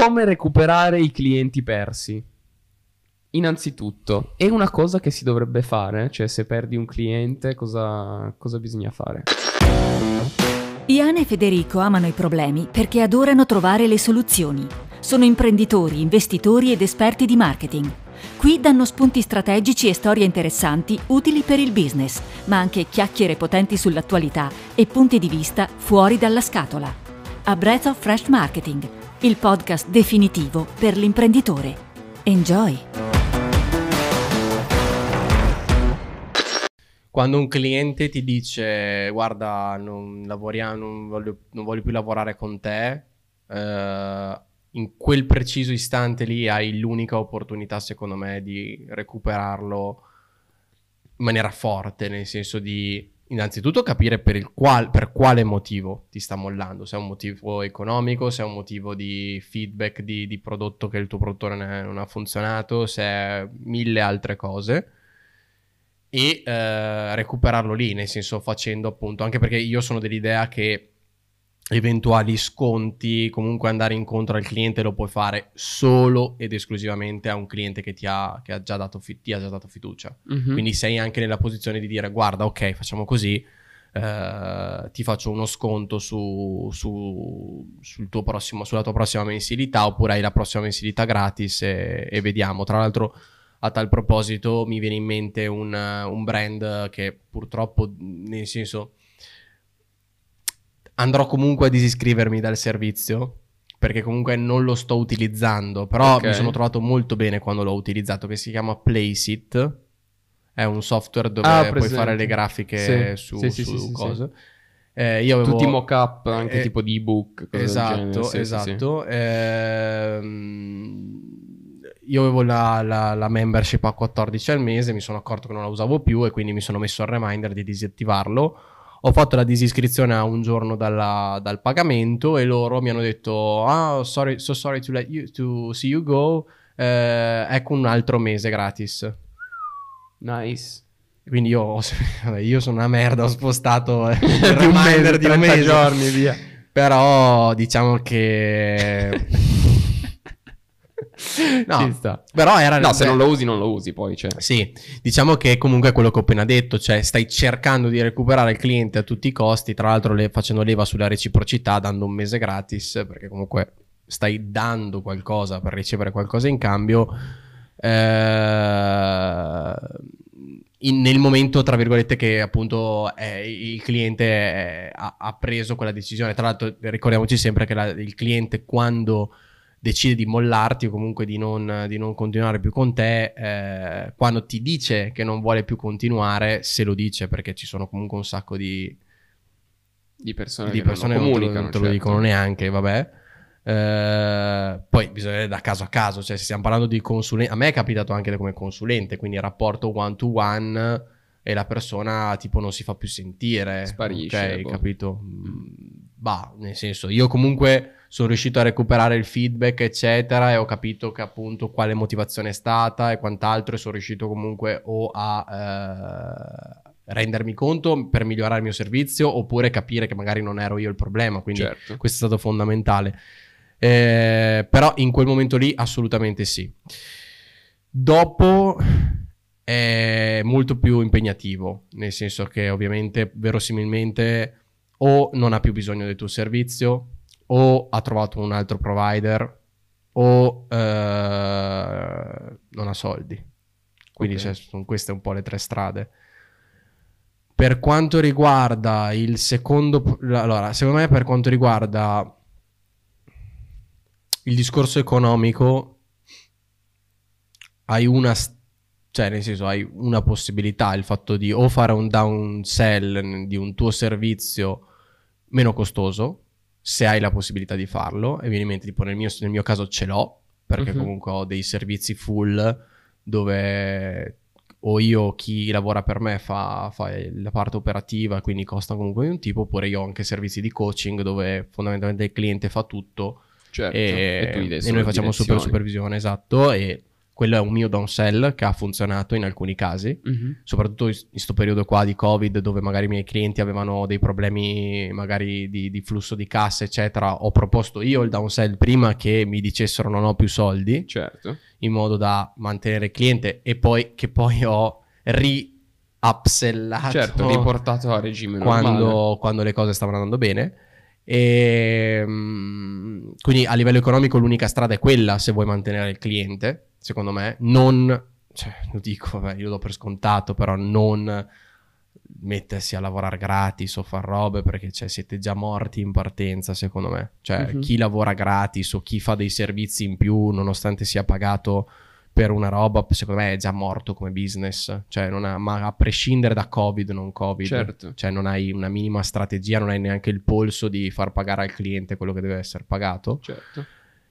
come recuperare i clienti persi. Innanzitutto, è una cosa che si dovrebbe fare? Cioè, se perdi un cliente, cosa bisogna fare? Ian e Federico amano i problemi perché adorano trovare le soluzioni. Sono imprenditori, investitori ed esperti di marketing. Qui danno spunti strategici e storie interessanti utili per il business, ma anche chiacchiere potenti sull'attualità e punti di vista fuori dalla scatola. A Breath of Fresh Marketing, il podcast definitivo per l'imprenditore. Enjoy! Quando un cliente ti dice guarda non voglio più lavorare con te, in quel preciso istante lì hai l'unica opportunità secondo me di recuperarlo in maniera forte, nel senso di innanzitutto capire per quale motivo ti sta mollando, se è un motivo economico, se è un motivo di feedback di prodotto che il tuo prodotto non ha funzionato, se è mille altre cose. E recuperarlo lì, nel senso facendo appunto, anche perché io sono dell'idea che eventuali sconti, comunque andare incontro al cliente lo puoi fare solo ed esclusivamente a un cliente che ti ha già dato fiducia. Quindi sei anche nella posizione di dire guarda, ok, facciamo così, ti faccio uno sconto sulla tua prossima mensilità, oppure hai la prossima mensilità gratis e vediamo. Tra l'altro, a tal proposito mi viene in mente un brand che purtroppo, nel senso, andrò comunque a disiscrivermi dal servizio perché comunque non lo sto utilizzando, però mi sono trovato molto bene quando l'ho utilizzato, che si chiama Placeit. È un software dove puoi fare le grafiche su cose. Io avevo tutti i mock-up anche tipo di ebook, esatto. Io avevo la membership a 14 al mese, mi sono accorto che non la usavo più e quindi mi sono messo il reminder di disattivarlo. Ho fatto la disiscrizione a un giorno dal pagamento e loro mi hanno detto so sorry to see you go, ecco un altro mese gratis. Nice. Quindi io sono una merda, ho spostato il reminder di un mese, giorni via. Però diciamo che no, ci sta. Però se non lo usi non lo usi poi, cioè. Sì, diciamo che comunque è quello che ho appena detto, cioè stai cercando di recuperare il cliente a tutti i costi, tra l'altro facendo leva sulla reciprocità, dando un mese gratis, perché comunque stai dando qualcosa per ricevere qualcosa in cambio, nel momento, tra virgolette, che appunto il cliente ha preso quella decisione. Tra l'altro ricordiamoci sempre che il cliente, quando decide di mollarti o comunque di non continuare più con te, quando ti dice che non vuole più continuare, se lo dice, perché ci sono comunque un sacco di persone che comunicano, non te lo dicono neanche, vabbè. Poi bisogna vedere da caso a caso, cioè se stiamo parlando di consulente, a me è capitato anche come consulente, quindi il rapporto one to one e la persona tipo non si fa più sentire, sparisce, ok, capito? Nel senso, io comunque sono riuscito a recuperare il feedback eccetera e ho capito che appunto quale motivazione è stata e quant'altro, e sono riuscito comunque o rendermi conto per migliorare il mio servizio, oppure capire che magari non ero io il problema, quindi questo è stato fondamentale. Però in quel momento lì assolutamente sì. Dopo è molto più impegnativo, nel senso che ovviamente verosimilmente o non ha più bisogno del tuo servizio, o ha trovato un altro provider, o non ha soldi. Quindi sono queste un po' le tre strade. Per quanto riguarda il secondo, allora secondo me per quanto riguarda il discorso economico hai una possibilità, il fatto di o fare un downsell di un tuo servizio meno costoso, se hai la possibilità di farlo, e viene in mente tipo nel mio caso ce l'ho, perché comunque ho dei servizi full dove o io o chi lavora per me fa la parte operativa, quindi costa comunque di un tipo, oppure io ho anche servizi di coaching dove fondamentalmente il cliente fa tutto, certo, e noi facciamo supervisione, esatto, e quello è un mio downsell che ha funzionato in alcuni casi, soprattutto in questo periodo qua di Covid, dove magari i miei clienti avevano dei problemi magari di flusso di cassa, eccetera. Ho proposto io il downsell prima che mi dicessero non ho più soldi, certo, in modo da mantenere il cliente, e poi che poi ho upsellato, certo, riportato a regime normale quando le cose stavano andando bene. E quindi a livello economico l'unica strada è quella, se vuoi mantenere il cliente, secondo me. Non, cioè, lo dico, vabbè, io lo do per scontato, però non mettersi a lavorare gratis o far robe, perché cioè, siete già morti in partenza, secondo me. Cioè, chi lavora gratis o chi fa dei servizi in più nonostante sia pagato per una roba, secondo me è già morto come business. Cioè, ma a prescindere da Covid, non Covid, certo, cioè non hai una minima strategia, non hai neanche il polso di far pagare al cliente quello che deve essere pagato. certo.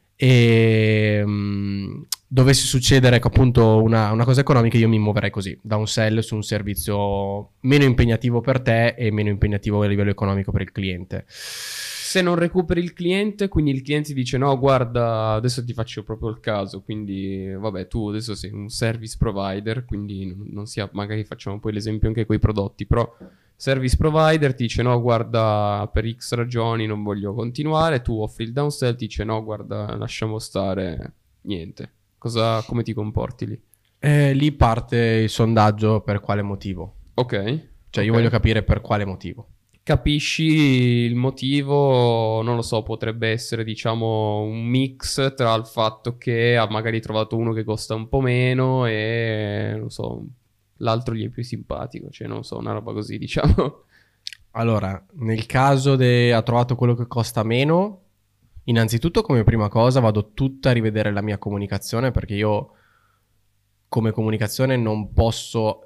E dovesse succedere appunto una cosa economica, io mi muoverei così, da un sell su un servizio meno impegnativo per te e meno impegnativo a livello economico per il cliente. Se non recuperi il cliente, quindi il cliente ti dice no, guarda, adesso ti faccio proprio il caso, quindi vabbè, tu adesso sei un service provider, quindi non sia, magari facciamo poi l'esempio anche con i prodotti, però service provider ti dice no, guarda, per X ragioni non voglio continuare, tu offri il downsell, ti dice no, guarda, lasciamo stare, niente. Come ti comporti lì? Lì parte il sondaggio per quale motivo. Ok. Cioè io voglio capire per quale motivo. Capisci il motivo, non lo so, potrebbe essere diciamo un mix tra il fatto che ha magari trovato uno che costa un po' meno e non so, l'altro gli è più simpatico, cioè non so, una roba così diciamo. Allora, nel caso ha trovato quello che costa meno, innanzitutto come prima cosa vado tutta a rivedere la mia comunicazione, perché io come comunicazione non posso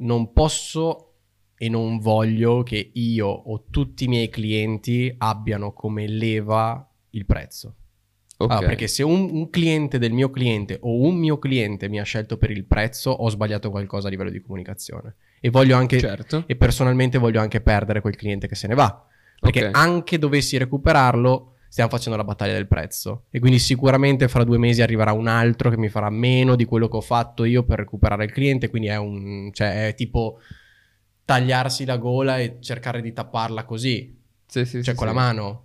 e non voglio che io o tutti i miei clienti abbiano come leva il prezzo. Okay. Allora, perché se un cliente del mio cliente o un mio cliente mi ha scelto per il prezzo, ho sbagliato qualcosa a livello di comunicazione. E voglio anche, certo. E personalmente voglio anche perdere quel cliente che se ne va. Perché anche dovessi recuperarlo, stiamo facendo la battaglia del prezzo. E quindi sicuramente fra 2 mesi arriverà un altro che mi farà meno di quello che ho fatto io per recuperare il cliente. Quindi è tipo tagliarsi la gola e cercare di tapparla così, con la mano.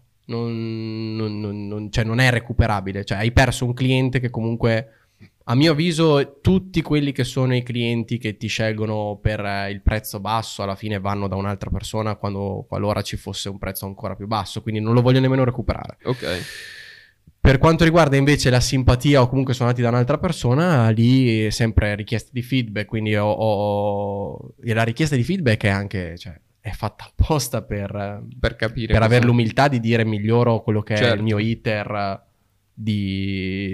Cioè non è recuperabile. Cioè hai perso un cliente che comunque, a mio avviso, tutti quelli che sono i clienti che ti scelgono per il prezzo basso alla fine vanno da un'altra persona qualora ci fosse un prezzo ancora più basso, quindi non lo voglio nemmeno recuperare. Ok. Per quanto riguarda invece la simpatia o comunque sono andati da un'altra persona, lì è sempre richiesta di feedback, quindi e la richiesta di feedback è anche, cioè, è fatta apposta per capire, per avere l'umiltà di dire miglioro quello che certo. è il mio iter di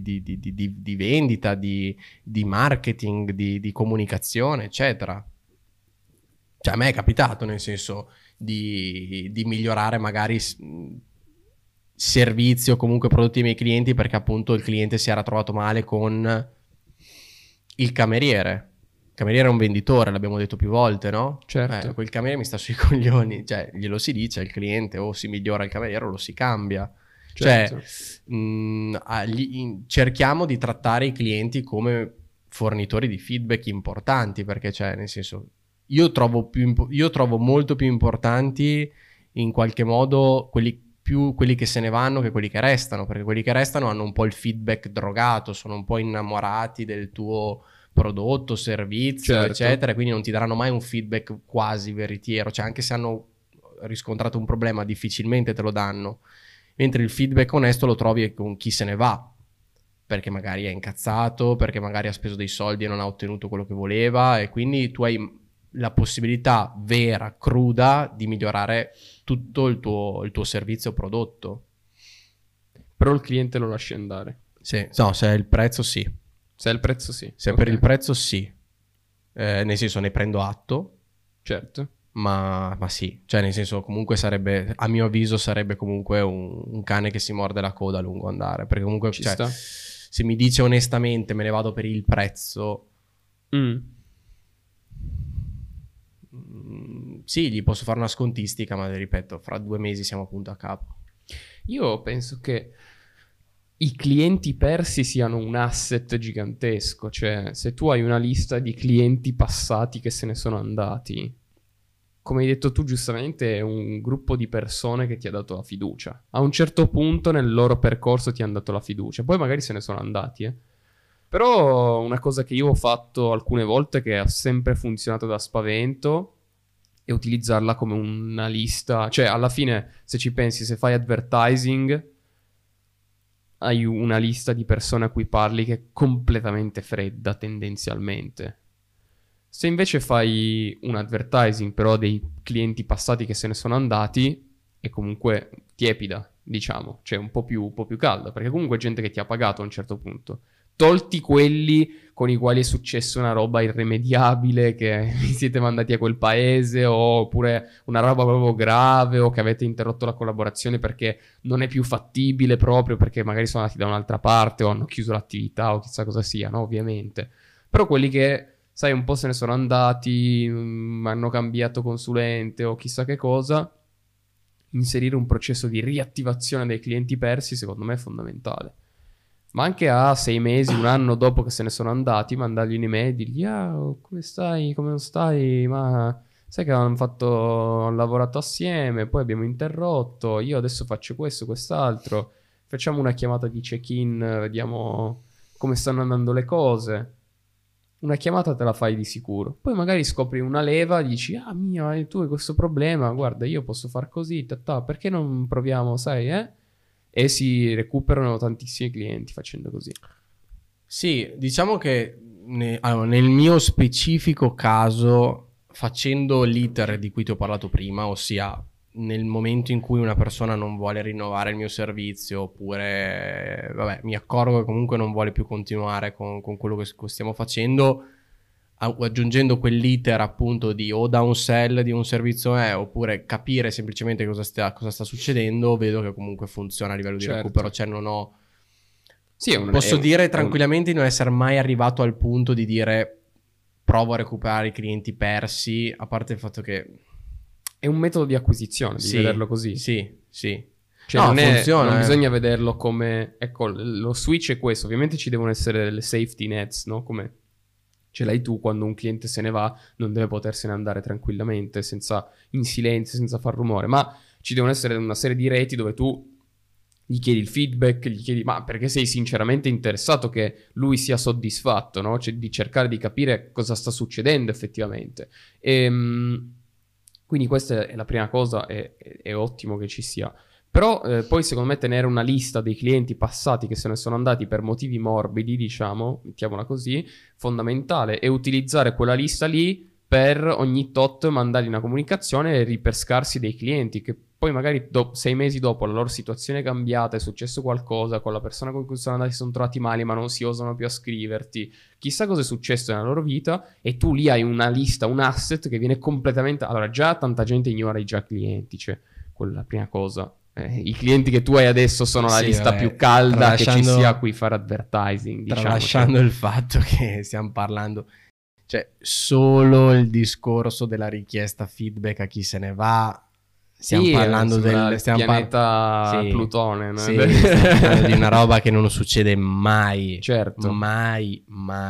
vendita, di marketing, di comunicazione, eccetera. Cioè a me è capitato, nel senso, di migliorare magari servizi o comunque prodotti ai miei clienti, perché appunto il cliente si era trovato male con il cameriere. Il cameriere è un venditore, l'abbiamo detto più volte, no? Certo. Quel cameriere mi sta sui coglioni, cioè glielo si dice al cliente, o si migliora il cameriere o lo si cambia. Certo. Cioè cerchiamo di trattare i clienti come fornitori di feedback importanti, perché cioè nel senso io trovo molto più importanti in qualche modo quelli che se ne vanno che quelli che restano, perché quelli che restano hanno un po' il feedback drogato, sono un po' innamorati del tuo prodotto, servizio, certo. eccetera, quindi non ti daranno mai un feedback quasi veritiero, cioè anche se hanno riscontrato un problema difficilmente te lo danno, mentre il feedback onesto lo trovi con chi se ne va, perché magari è incazzato, perché magari ha speso dei soldi e non ha ottenuto quello che voleva, e quindi tu hai la possibilità vera, cruda, di migliorare tutto il tuo servizio o prodotto. Però il cliente lo lasci andare. Sì, no, se è il prezzo sì. Se è il prezzo sì. Se è per il prezzo sì. Nel senso ne prendo atto. Certo. Ma sì, cioè nel senso comunque sarebbe, a mio avviso sarebbe comunque un cane che si morde la coda a lungo andare, perché comunque ci cioè, sta. Se mi dice onestamente me ne vado per il prezzo, sì, gli posso fare una scontistica, ma ripeto, fra 2 mesi siamo appunto a capo. Io penso che i clienti persi siano un asset gigantesco. Cioè, se tu hai una lista di clienti passati che se ne sono andati, come hai detto tu giustamente, è un gruppo di persone che ti ha dato la fiducia. A un certo punto nel loro percorso ti hanno dato la fiducia, poi magari se ne sono andati, Però una cosa che io ho fatto alcune volte, che ha sempre funzionato da spavento, è utilizzarla come una lista. Cioè, alla fine, se ci pensi, se fai advertising, hai una lista di persone a cui parli che è completamente fredda tendenzialmente. Se invece fai un advertising però dei clienti passati che se ne sono andati, è comunque tiepida, diciamo, cioè un po' più calda, perché comunque è gente che ti ha pagato a un certo punto. Tolti quelli con i quali è successa una roba irrimediabile, che vi siete mandati a quel paese, oppure una roba proprio grave, o che avete interrotto la collaborazione perché non è più fattibile proprio, perché magari sono andati da un'altra parte o hanno chiuso l'attività o chissà cosa sia, no? Ovviamente. Però quelli che, sai, un po' se ne sono andati, hanno cambiato consulente o chissà che cosa, inserire un processo di riattivazione dei clienti persi secondo me è fondamentale. Ma anche a 6 mesi, un anno dopo che se ne sono andati, mandargli un'email e dirgli: come stai, come non stai, ma sai che hanno lavorato assieme, poi abbiamo interrotto, io adesso faccio questo, quest'altro, facciamo una chiamata di check-in, vediamo come stanno andando le cose. Una chiamata te la fai di sicuro. Poi magari scopri una leva, dici: mia, tu hai questo problema, guarda, io posso far così, perché non proviamo, sai, E si recuperano tantissimi clienti facendo così. Sì, diciamo che nel mio specifico caso, facendo l'iter di cui ti ho parlato prima, ossia nel momento in cui una persona non vuole rinnovare il mio servizio, oppure mi accorgo che comunque non vuole più continuare con quello che stiamo facendo, aggiungendo quell'iter appunto di o downsell di un servizio oppure capire semplicemente cosa sta succedendo, vedo che comunque funziona a livello di recupero. Cioè non ho... Sì, posso dire tranquillamente di non essere mai arrivato al punto di dire provo a recuperare i clienti persi, a parte il fatto che è un metodo di acquisizione, di vederlo così. Sì. Cioè funziona, non bisogna vederlo come... Ecco, lo switch è questo. Ovviamente ci devono essere delle safety nets, no? Come ce l'hai tu quando un cliente se ne va, non deve potersene andare tranquillamente, in silenzio, senza far rumore. Ma ci devono essere una serie di reti dove tu gli chiedi il feedback, gli chiedi ma perché sei sinceramente interessato che lui sia soddisfatto, no? Cioè di cercare di capire cosa sta succedendo effettivamente. Quindi questa è la prima cosa, è ottimo che ci sia. Però poi secondo me tenere una lista dei clienti passati che se ne sono andati per motivi morbidi, diciamo, mettiamola così, fondamentale, e utilizzare quella lista lì per ogni tot mandargli una comunicazione e ripescarsi dei clienti che poi magari 6 mesi dopo la loro situazione è cambiata, è successo qualcosa, con la persona con cui sono andati si sono trovati male ma non si osano più a scriverti, chissà cosa è successo nella loro vita, e tu lì hai una lista, un asset che viene completamente... Allora già tanta gente ignora i già clienti, cioè quella è la prima cosa. I clienti che tu hai adesso sono la lista più calda che ci sia a cui fare advertising, diciamo. Tralasciando il fatto che stiamo parlando, cioè solo il discorso della richiesta feedback a chi se ne va, stiamo parlando del pianeta Plutone, no? Stiamo parlando di una roba che non succede mai, certo, mai,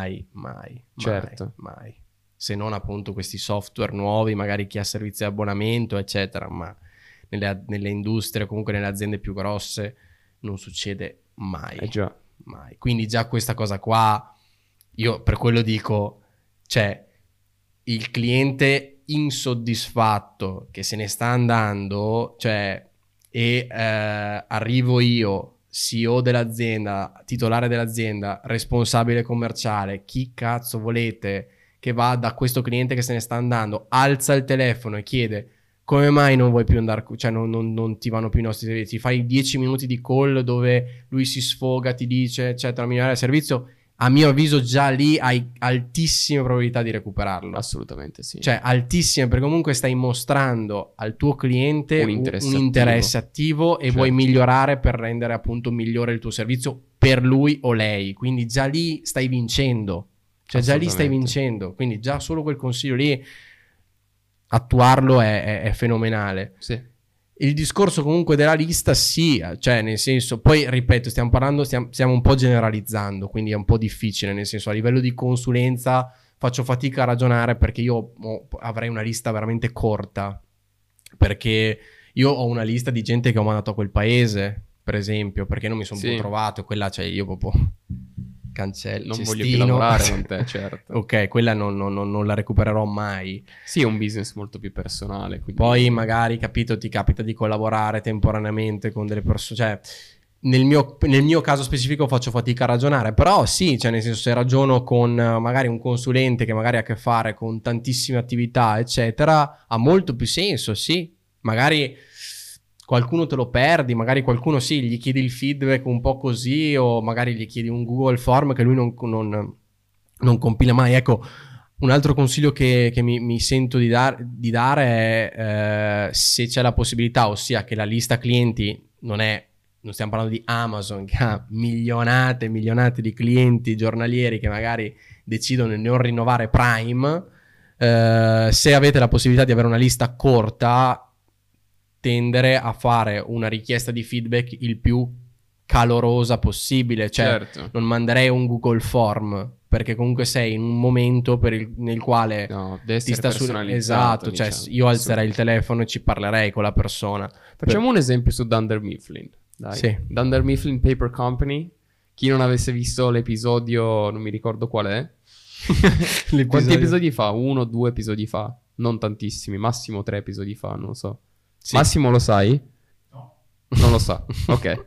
certo, mai, se non appunto questi software nuovi, magari chi ha servizi di abbonamento eccetera, ma nelle industrie, comunque nelle aziende più grosse, non succede mai. Già. Mai. Quindi già questa cosa qua, io per quello dico, cioè, il cliente insoddisfatto che se ne sta andando, cioè, e arrivo io, CEO dell'azienda, titolare dell'azienda, responsabile commerciale, chi cazzo volete, che va da questo cliente che se ne sta andando, alza il telefono e chiede: come mai non vuoi più andare, cioè non ti vanno più i nostri servizi, fai 10 minuti di call dove lui si sfoga, ti dice eccetera, migliorare il servizio, a mio avviso già lì hai altissime probabilità di recuperarlo. Assolutamente sì. Cioè altissime, perché comunque stai mostrando al tuo cliente un interesse attivo e vuoi migliorare per rendere appunto migliore il tuo servizio per lui o lei, quindi già lì stai vincendo, cioè già lì stai vincendo, quindi già solo quel consiglio lì attuarlo è fenomenale. Sì. Il discorso comunque della lista sì, cioè nel senso, poi ripeto, stiamo un po' generalizzando, quindi è un po' difficile, nel senso a livello di consulenza faccio fatica a ragionare perché io avrei una lista veramente corta, perché io ho una lista di gente che ho mandato a quel paese, per esempio, perché non mi sono più trovato, e quella cioè io proprio cancello, non cestino. Voglio più lavorare con te, certo. Ok, quella non la recupererò mai. Sì, è un business molto più personale. Quindi... Poi magari, capito, ti capita di collaborare temporaneamente con delle persone, cioè nel mio caso specifico faccio fatica a ragionare, però sì, cioè nel senso se ragiono con magari un consulente che magari ha a che fare con tantissime attività, eccetera, ha molto più senso, sì. Magari qualcuno te lo perdi, magari qualcuno sì, gli chiedi il feedback un po' così, o magari gli chiedi un Google Form che lui non compila mai. Ecco, un altro consiglio che mi sento di dare è se c'è la possibilità, ossia che la lista clienti non stiamo parlando di Amazon che ha milionate di clienti giornalieri che magari decidono di non rinnovare Prime, se avete la possibilità di avere una lista corta, tendere a fare una richiesta di feedback il più calorosa possibile, cioè certo. Non manderei un Google Form perché comunque sei in un momento nel quale ti sta esatto, diciamo. Cioè io alzerei il telefono e ci parlerei con la persona. Facciamo un esempio su Dunder Mifflin. Dai. Sì. Dunder Mifflin Paper Company. Chi non avesse visto l'episodio, non mi ricordo qual è. Quanti episodi fa? 1 o 2 episodi fa? Non tantissimi, massimo 3 episodi fa, non lo so. Sì. Massimo lo sai? No. Non lo sa, ok.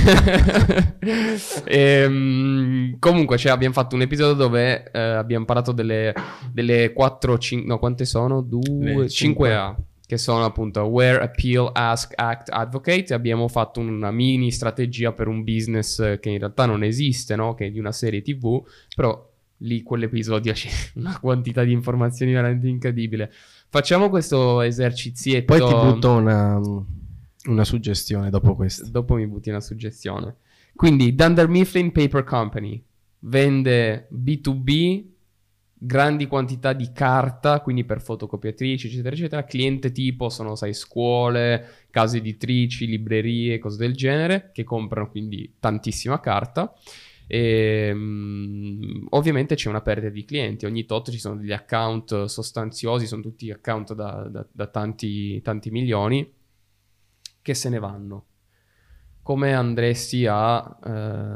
Comunque abbiamo fatto un episodio dove abbiamo parlato delle 4, 5, no quante sono? 2, 5A. Che sono appunto Aware, Appeal, Ask, Act, Advocate. Abbiamo fatto una mini strategia per un business che in realtà non esiste, no? Che è di una serie TV, però lì quell'episodio c'è una quantità di informazioni veramente incredibile. Facciamo questo esercizietto. Poi ti butto una suggestione dopo questo. Dopo mi butti una suggestione. Quindi Dunder Mifflin Paper Company vende B2B, grandi quantità di carta, quindi per fotocopiatrici, eccetera, eccetera. Cliente tipo sono, sai, scuole, case editrici, librerie, cose del genere, che comprano quindi tantissima carta. E, ovviamente c'è una perdita di clienti, ogni tot ci sono degli account sostanziosi, sono tutti account da tanti milioni che se ne vanno. Come andresti a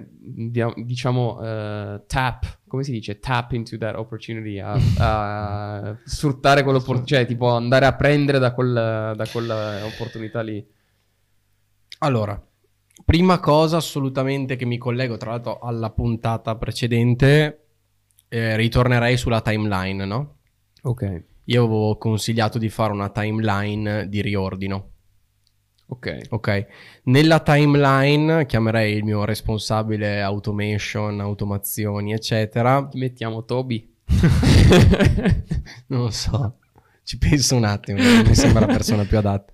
tap, come si dice? Tap into that opportunity, a sfruttare quell'opportunità, cioè tipo andare a prendere da quella opportunità lì. Allora, prima cosa assolutamente che mi collego tra l'altro alla puntata precedente, ritornerei sulla timeline, no? Ok. Io avevo consigliato di fare una timeline di riordino. Ok. Nella timeline chiamerei il mio responsabile automazioni, eccetera. Ti mettiamo Toby? Non lo so. Ci penso un attimo, mi sembra la persona più adatta.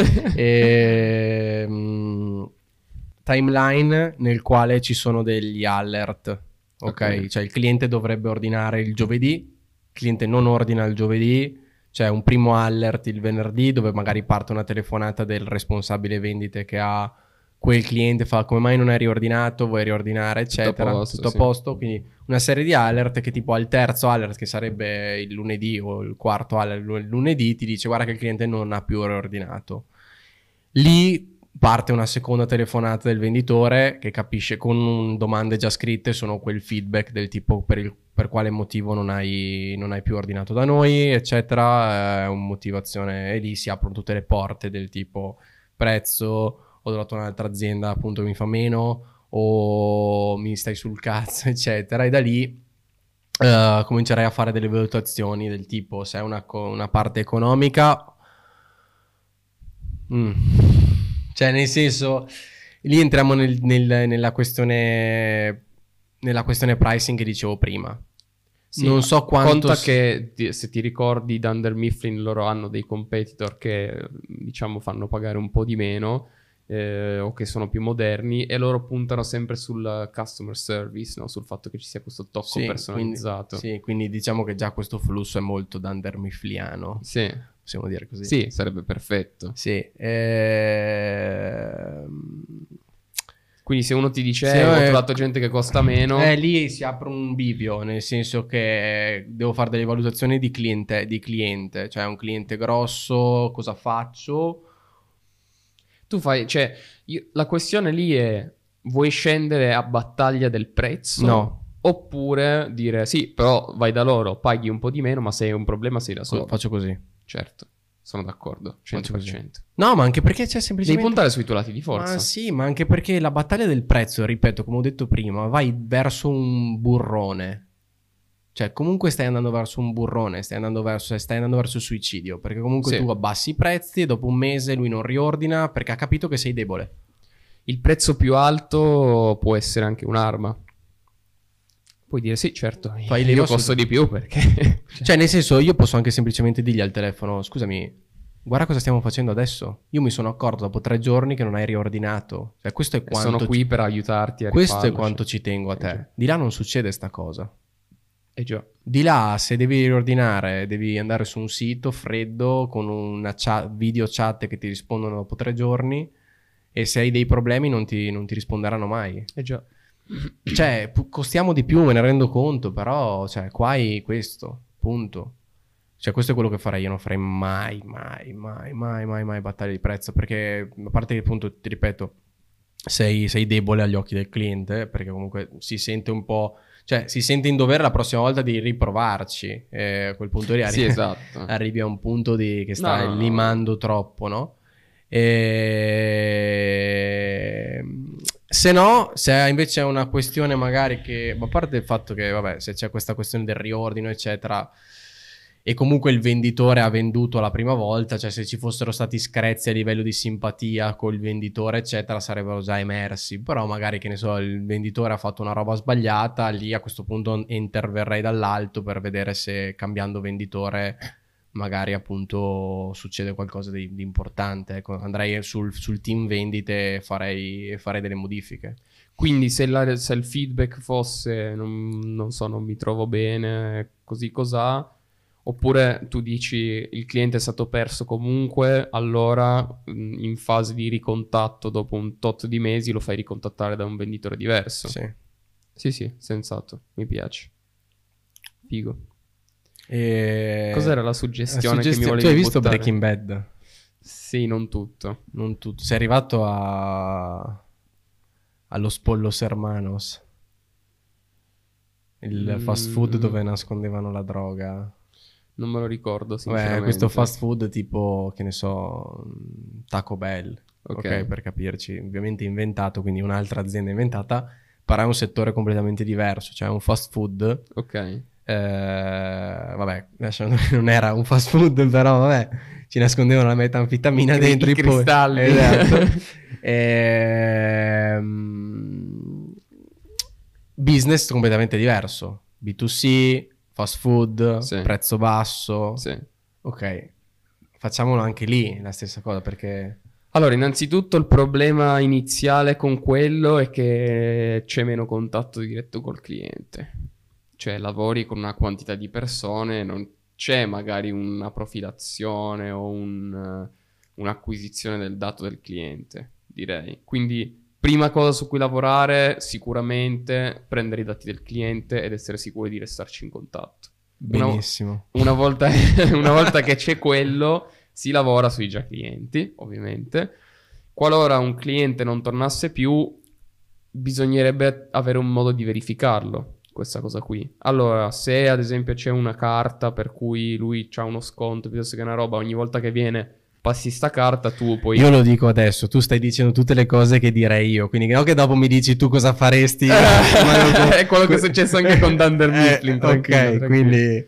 Timeline nel quale ci sono degli alert, ok? Cioè il cliente dovrebbe ordinare il giovedì, il cliente non ordina il giovedì, c'è un primo alert il venerdì dove magari parte una telefonata del responsabile vendite che ha quel cliente, fa come mai non hai riordinato, vuoi riordinare, eccetera, tutto a posto. Quindi una serie di alert che tipo al terzo alert, che sarebbe il lunedì, o il quarto alert il lunedì, ti dice guarda che il cliente non ha più riordinato. Lì parte una seconda telefonata del venditore che capisce con domande già scritte, sono quel feedback del tipo per quale motivo non hai più ordinato da noi, eccetera, motivazione, e lì si aprono tutte le porte del tipo prezzo, ho trovato un'altra azienda appunto che mi fa meno, o mi stai sul cazzo, eccetera, e da lì comincerei a fare delle valutazioni del tipo se è una parte economica, cioè nel senso lì entriamo nella questione pricing che dicevo prima. Sì, non so quanto... Conta che se ti ricordi Dunder Mifflin loro hanno dei competitor che diciamo fanno pagare un po' di meno o che sono più moderni, e loro puntano sempre sul customer service, no? Sul fatto che ci sia questo tocco personalizzato. Quindi diciamo che già questo flusso è molto Dunder Miffliano. Sì. possiamo dire così. Sì, sarebbe perfetto. Sì. Quindi se uno ti dice Se ho no trovato gente che costa meno, lì si apre un bivio, nel senso che devo fare delle valutazioni di cliente, cioè un cliente grosso, cosa faccio? tu fai, cioè, la questione lì è, vuoi scendere a battaglia del prezzo? No. Oppure dire, sì, però vai da loro, paghi un po' di meno, ma se hai un problema sei da solo. Faccio così. Certo, sono d'accordo, Faccio 100%. così. No, ma anche perché c'è Devi semplicemente... puntare sui tuoi lati di forza. Ma sì, ma anche perché la battaglia del prezzo, ripeto, come ho detto prima, vai verso un burrone. Cioè, comunque stai andando verso un burrone, stai andando verso il suicidio. Perché comunque Sì. tu abbassi i prezzi e dopo un mese lui non riordina perché ha capito che sei debole. Il prezzo più alto può essere anche un'arma. Puoi dire, sì, certo, Fai io leva costo su- di più perché... Cioè, nel senso, io posso anche semplicemente dirgli al telefono, scusami, guarda cosa stiamo facendo adesso. Io mi sono accorto dopo 3 giorni che non hai riordinato. Cioè, questo è quanto... sono qui per aiutarti a Questo è rifarlo, quanto cioè. ci tengo a te. Già. Di là non succede sta cosa. Già. Di là, se devi riordinare, devi andare su un sito freddo con una video chat che ti rispondono dopo 3 giorni e se hai dei problemi non ti risponderanno mai. Già. Cioè, costiamo di più, me ne rendo conto, però, cioè, qua è questo, punto. Cioè, questo è quello che farei. Io non farei mai battaglia di prezzo, perché, a parte che, appunto, ti ripeto, sei debole agli occhi del cliente, perché comunque si sente un po'... Cioè, si sente in dovere la prossima volta di riprovarci. A quel punto lì Sì, esatto. arrivi a un punto che stai No. limando troppo, no? Se no, se invece è una questione magari che, a parte il fatto che, vabbè, se c'è questa questione del riordino, eccetera, e comunque il venditore ha venduto la prima volta, cioè se ci fossero stati screzi a livello di simpatia col venditore, eccetera, sarebbero già emersi. Però magari, che ne so, il venditore ha fatto una roba sbagliata, lì a questo punto interverrei dall'alto per vedere se cambiando venditore magari appunto succede qualcosa di importante. Ecco, andrei sul team vendite e farei delle modifiche. Quindi se il feedback fosse non so, non mi trovo bene, così cos'ha, oppure tu dici il cliente è stato perso comunque, allora in fase di ricontatto dopo un tot di mesi lo fai ricontattare da un venditore diverso. Sì, sensato, mi piace. Figo. Cos'era la suggestione che mi volevi Tu hai visto buttare? Breaking Bad? Sì, non tutto. Non tutto. Sei arrivato allo Pollos Hermanos, il fast food dove nascondevano la droga. Non me lo ricordo, sinceramente. Questo fast food tipo, che ne so, Taco Bell, ok, per capirci, ovviamente inventato, quindi un'altra azienda inventata, però è un settore completamente diverso, cioè un fast food. Ok. Vabbè, non era un fast food, però vabbè, ci nascondevano la metanfetamina dentro i cristalli. Esatto. Business completamente diverso, B2C, fast food, Sì. prezzo basso. Sì. Ok, facciamolo anche lì la stessa cosa, perché Allora, innanzitutto il problema iniziale con quello è che c'è meno contatto diretto col cliente. Cioè, lavori con una quantità di persone, non c'è magari una profilazione o un'acquisizione del dato del cliente, direi. Quindi, prima cosa su cui lavorare, sicuramente prendere i dati del cliente ed essere sicuri di restarci in contatto. benissimo. Una volta che c'è quello, si lavora sui già clienti, ovviamente. Qualora un cliente non tornasse più, bisognerebbe avere un modo di verificarlo, questa cosa qui. Allora, se ad esempio c'è una carta per cui lui ha uno sconto piuttosto che una roba, ogni volta che viene passi sta carta, tu puoi... Io lo dico adesso, tu stai dicendo tutte le cose che direi io, quindi no che dopo mi dici tu cosa faresti. È quello che è successo anche con Dunder Mifflin, ok, quindi...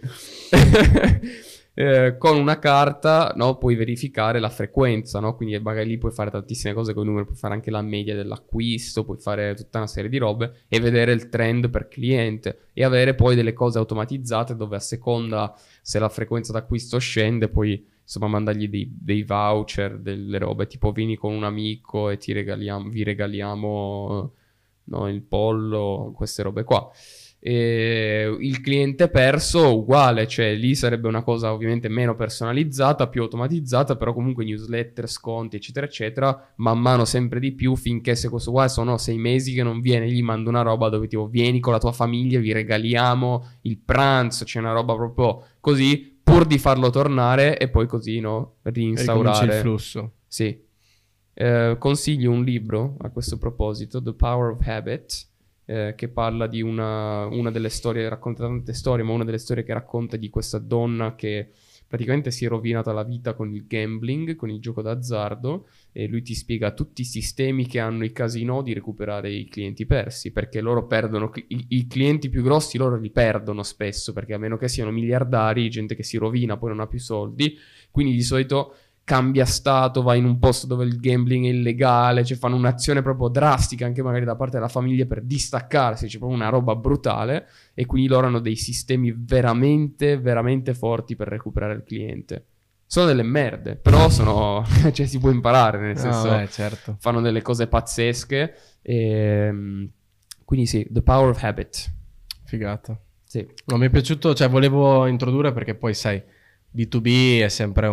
con una carta, no, puoi verificare la frequenza, no? Quindi magari lì puoi fare tantissime cose con i numeri, puoi fare anche la media dell'acquisto, puoi fare tutta una serie di robe e vedere il trend per cliente e avere poi delle cose automatizzate dove a seconda se la frequenza d'acquisto scende puoi insomma mandargli dei voucher, delle robe tipo vieni con un amico e vi regaliamo no, il pollo, queste robe qua. Il cliente perso uguale, cioè lì sarebbe una cosa ovviamente meno personalizzata, più automatizzata, però comunque newsletter, sconti eccetera eccetera, man mano sempre di più, finché se questo qua sono 6 mesi che non viene, gli mando una roba dove tipo vieni con la tua famiglia, vi regaliamo il pranzo, c'è una roba proprio così, pur di farlo tornare e poi così, no, Ricomincia reinstaurare il flusso. Sì. Consiglio un libro a questo proposito, The Power of Habit, che parla di una delle storie, racconta tante storie, ma una delle storie che racconta di questa donna che praticamente si è rovinata la vita con il gambling, con il gioco d'azzardo, e lui ti spiega tutti i sistemi che hanno i casinò di recuperare i clienti persi, perché loro perdono, i clienti più grossi loro li perdono spesso, perché a meno che siano miliardari, gente che si rovina poi non ha più soldi, quindi di solito cambia stato, va in un posto dove il gambling è illegale, cioè fanno un'azione proprio drastica anche magari da parte della famiglia per distaccarsi, c'è proprio una roba brutale, e quindi loro hanno dei sistemi veramente, veramente forti per recuperare il cliente. Sono delle merde, però sono cioè si può imparare, nel senso certo. fanno delle cose pazzesche, quindi sì, The Power of Habit. Figata. Sì. No, mi è piaciuto, cioè volevo introdurre perché poi sai, B2B è sempre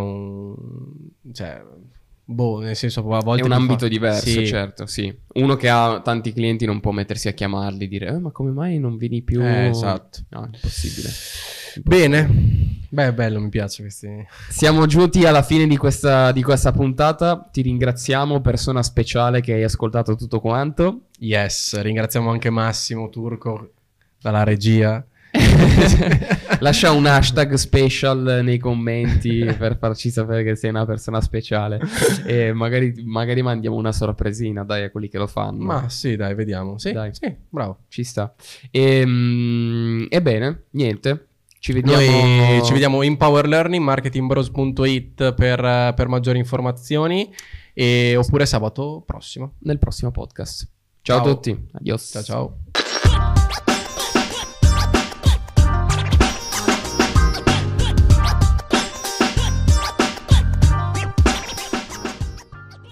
cioè, nel senso a volte è un ambito diverso, sì. certo, sì. Uno che ha tanti clienti non può mettersi a chiamarli e dire ma come mai non vieni più? Esatto. No, impossibile. Bene. Beh, è bello, mi piace questi. Siamo giunti alla fine di questa puntata. Ti ringraziamo, persona speciale che hai ascoltato tutto quanto. Yes, ringraziamo anche Massimo Turco dalla regia. Lascia un hashtag special nei commenti per farci sapere che sei una persona speciale e magari mandiamo una sorpresina, dai, a quelli che lo fanno. Ma sì, dai, vediamo. Sì, dai. Sì, bravo. Ci sta. Ebbene, niente. Ci vediamo in Power Learning, marketingbros.it per maggiori informazioni, oppure sabato prossimo. Nel prossimo podcast. Ciao a tutti. Adios. Ciao.